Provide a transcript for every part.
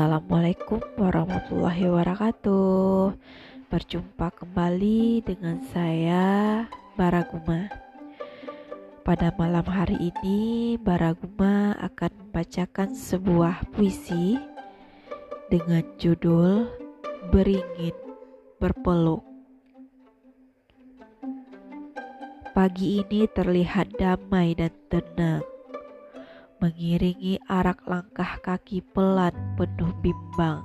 Assalamualaikum warahmatullahi wabarakatuh. Berjumpa kembali dengan saya, Baraguma. Pada malam hari ini, Baraguma akan membacakan sebuah puisi dengan judul Beringin Berpeluk. Pagi ini terlihat damai dan tenang, mengiringi arak langkah kaki pelan penuh bimbang.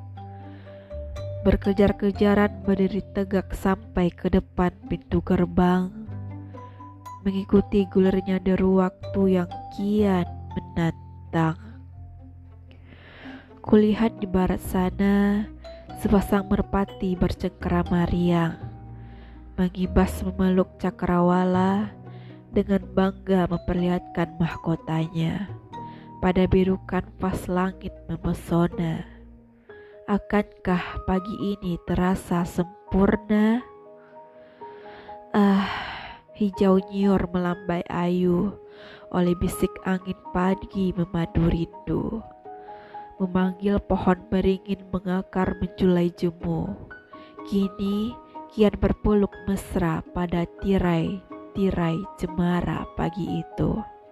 Berkejar-kejaran berdiri tegak sampai ke depan pintu gerbang, mengikuti gulirnya deru waktu yang kian menantang. Kulihat di barat sana, sepasang merpati bercengkerama riang, mengibas memeluk cakrawala, dengan bangga memperlihatkan mahkotanya. Pada biru kanvas langit memesona. Akankah pagi ini terasa sempurna? Hijau nyiur melambai ayu, oleh bisik angin pagi memadu rindu. Memanggil pohon beringin mengakar menjulai jemu. Kini kian berpeluk mesra pada tirai cemara pagi itu.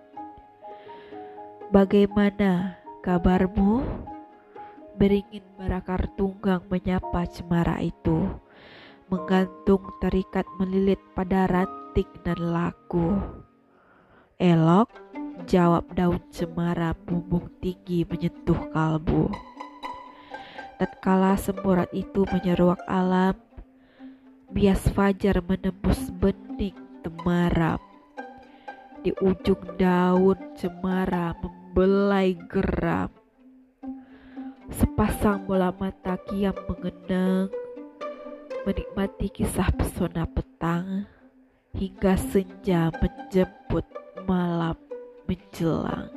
Bagaimana kabarmu? Beringin berakar tunggang menyapa cemara itu, menggantung terikat melilit pada ranting dan laku. Elok, jawab daun cemara bumbung tinggi menyentuh kalbu. Tatkala semburat itu menyeruak alam, bias fajar menembus bening temaram. Di ujung daun cemara membelai geram. Sepasang bola mata kiam mengenang, menikmati kisah pesona petang, hingga senja menjemput malam menjelang.